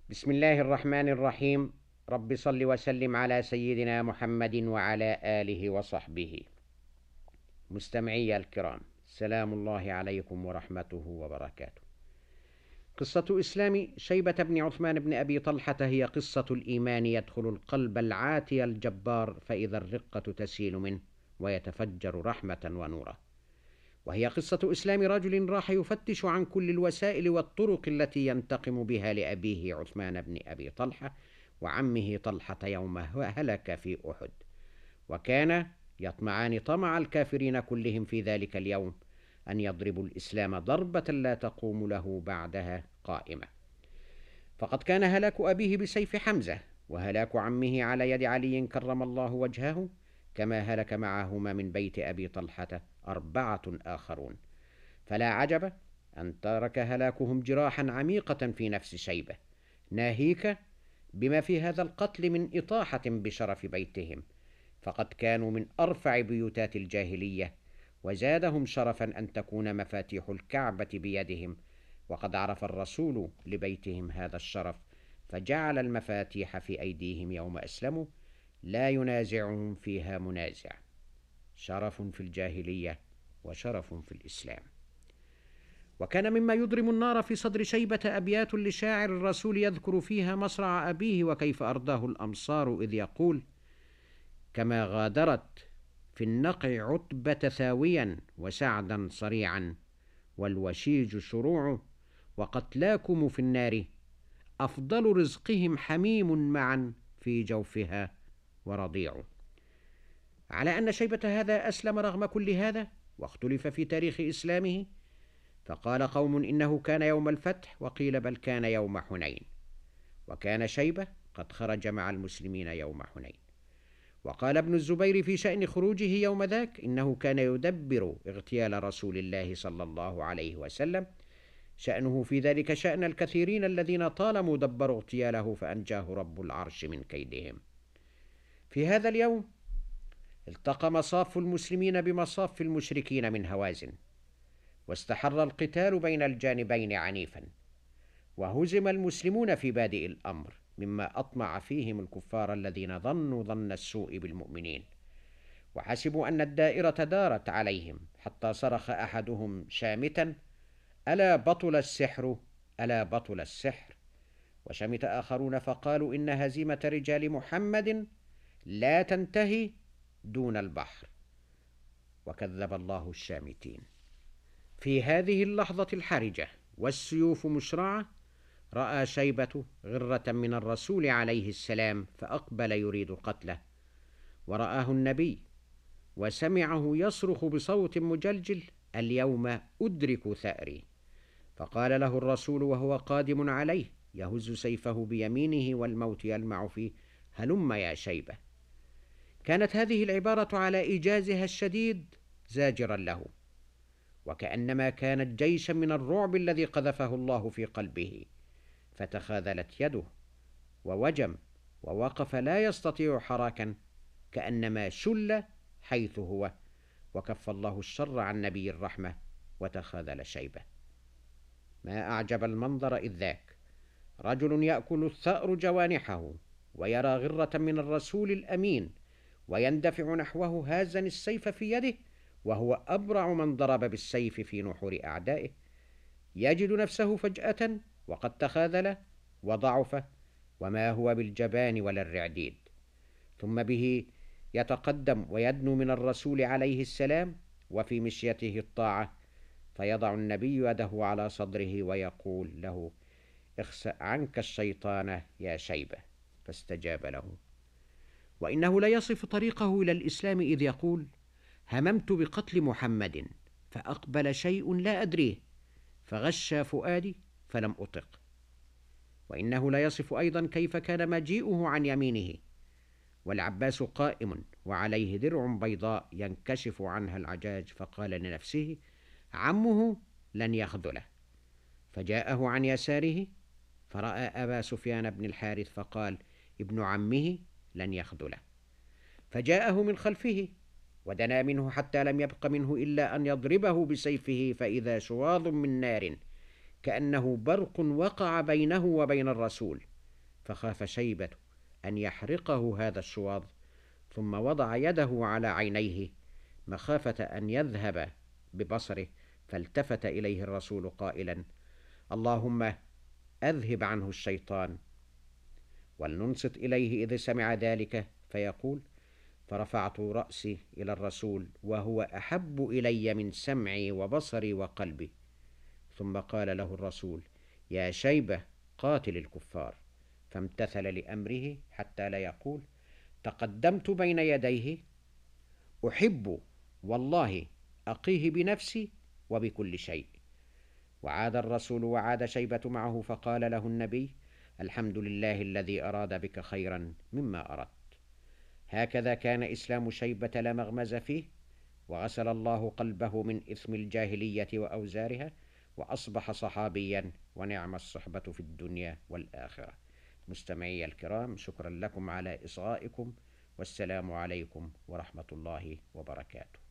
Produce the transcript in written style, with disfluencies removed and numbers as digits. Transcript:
بسم الله الرحمن الرحيم. رب صل وسلم على سيدنا محمد وعلى آله وصحبه. مستمعي الكرام، سلام الله عليكم ورحمته وبركاته. قصة إسلام شيبة بن عثمان بن أبي طلحة هي قصة الإيمان يدخل القلب العاتي الجبار، فإذا الرقة تسيل منه ويتفجر رحمة ونورا. وهي قصة إسلام رجل راح يفتش عن كل الوسائل والطرق التي ينتقم بها لأبيه عثمان بن أبي طلحة وعمه طلحة يوم هلك في أحد، وكان يطمعان طمع الكافرين كلهم في ذلك اليوم أن يضربوا الإسلام ضربة لا تقوم له بعدها قائمة. فقد كان هلاك أبيه بسيف حمزة، وهلاك عمه على يد علي كرم الله وجهه، كما هلك معهما من بيت أبي طلحة 4 آخرون. فلا عجب أن ترك هلاكهم جراحا عميقة في نفس شيبة، ناهيك بما في هذا القتل من إطاحة بشرف بيتهم، فقد كانوا من أرفع بيوتات الجاهلية، وزادهم شرفا أن تكون مفاتيح الكعبة بيدهم، وقد عرف الرسول لبيتهم هذا الشرف، فجعل المفاتيح في أيديهم يوم أسلموا، لا ينازعهم فيها منازع. شرف في الجاهلية وشرف في الإسلام. وكان مما يضرم النار في صدر شيبة أبيات لشاعر الرسول يذكر فيها مصرع أبيه وكيف أرداه الأمصار، إذ يقول: كما غادرت في النقع عتبة ثاويا وسعدا صريعا، والوشيج شروع وقتلاكم في النار، أفضل رزقهم حميم معا في جوفها ورضيع. على أن شيبة هذا أسلم رغم كل هذا، واختلف في تاريخ إسلامه، فقال قوم إنه كان يوم الفتح، وقيل بل كان يوم حنين، وكان شيبة قد خرج مع المسلمين يوم حنين. وقال ابن الزبير في شأن خروجه يوم ذاك إنه كان يدبر اغتيال رسول الله صلى الله عليه وسلم، شأنه في ذلك شأن الكثيرين الذين طالما دبروا اغتياله فأنجاه رب العرش من كيدهم. في هذا اليوم التقى مصاف المسلمين بمصاف المشركين من هوازن، واستحر القتال بين الجانبين عنيفا، وهزم المسلمون في بادئ الأمر، مما أطمع فيهم الكفار الذين ظنوا ظن السوء بالمؤمنين، وحسبوا أن الدائرة دارت عليهم، حتى صرخ أحدهم شامتا: ألا بطل السحر، ألا بطل السحر. وشمت آخرون فقالوا: إن هزيمة رجال محمد لا تنتهي دون البحر. وكذب الله الشامتين. في هذه اللحظة الحرجة والسيوف مشرعة، رأى شيبة غرة من الرسول عليه السلام، فأقبل يريد قتله، ورآه النبي وسمعه يصرخ بصوت مجلجل: اليوم أدرك ثأري. فقال له الرسول وهو قادم عليه يهز سيفه بيمينه والموت يلمع فيه: هلم يا شيبة. كانت هذه العبارة على إيجازها الشديد زاجرا له، وكأنما كانت جيشا من الرعب الذي قذفه الله في قلبه، فتخاذلت يده ووجم ووقف لا يستطيع حراكا، كأنما شل حيث هو، وكف الله الشر عن نبي الرحمة، وتخاذل شيبة. ما أعجب المنظر إذ ذاك، رجل يأكل الثأر جوانحه، ويرى غرة من الرسول الأمين، ويندفع نحوه هازا السيف في يده، وهو أبرع من ضرب بالسيف في نحور أعدائه، يجد نفسه فجأة وقد تخاذل وضعف، وما هو بالجبان ولا الرعديد، ثم به يتقدم ويدنو من الرسول عليه السلام، وفي مشيته الطاعة، فيضع النبي يده على صدره ويقول له: اخسأ عنك الشيطان يا شيبة، فاستجاب له. وإنه ليصف طريقه إلى الإسلام إذ يقول: هممت بقتل محمد فأقبل شيء لا أدريه، فغشى فؤادي فلم أطق. وإنه ليصف أيضا كيف كان مجيئه عن يمينه، والعباس قائم وعليه درع بيضاء ينكشف عنها العجاج، فقال لنفسه: عمه لن يخذله. فجاءه عن يساره فرأى أبا سفيان بن الحارث، فقال: ابن عمه لن يخذله. فجاءه من خلفه ودنا منه حتى لم يبق منه إلا أن يضربه بسيفه، فإذا شواظ من نار كأنه برق وقع بينه وبين الرسول، فخاف شيبة أن يحرقه هذا الشواظ، ثم وضع يده على عينيه مخافة أن يذهب ببصره، فالتفت إليه الرسول قائلا: اللهم أذهب عنه الشيطان. ولننصت إليه إذ سمع ذلك فيقول: فرفعت رأسي إلى الرسول وهو أحب إلي من سمعي وبصري وقلبي. ثم قال له الرسول: يا شيبة، قاتل الكفار. فامتثل لأمره حتى لا يقول: تقدمت بين يديه أحب والله أقيه بنفسي وبكل شيء. وعاد الرسول وعاد شيبة معه، فقال له النبي: الحمد لله الذي أراد بك خيرا مما أردت. هكذا كان إسلام شيبة لا مغمز فيه، وغسل الله قلبه من إثم الجاهلية وأوزارها، وأصبح صحابيا، ونعم الصحبة في الدنيا والآخرة. مستمعي الكرام، شكرا لكم على إصغائكم، والسلام عليكم ورحمة الله وبركاته.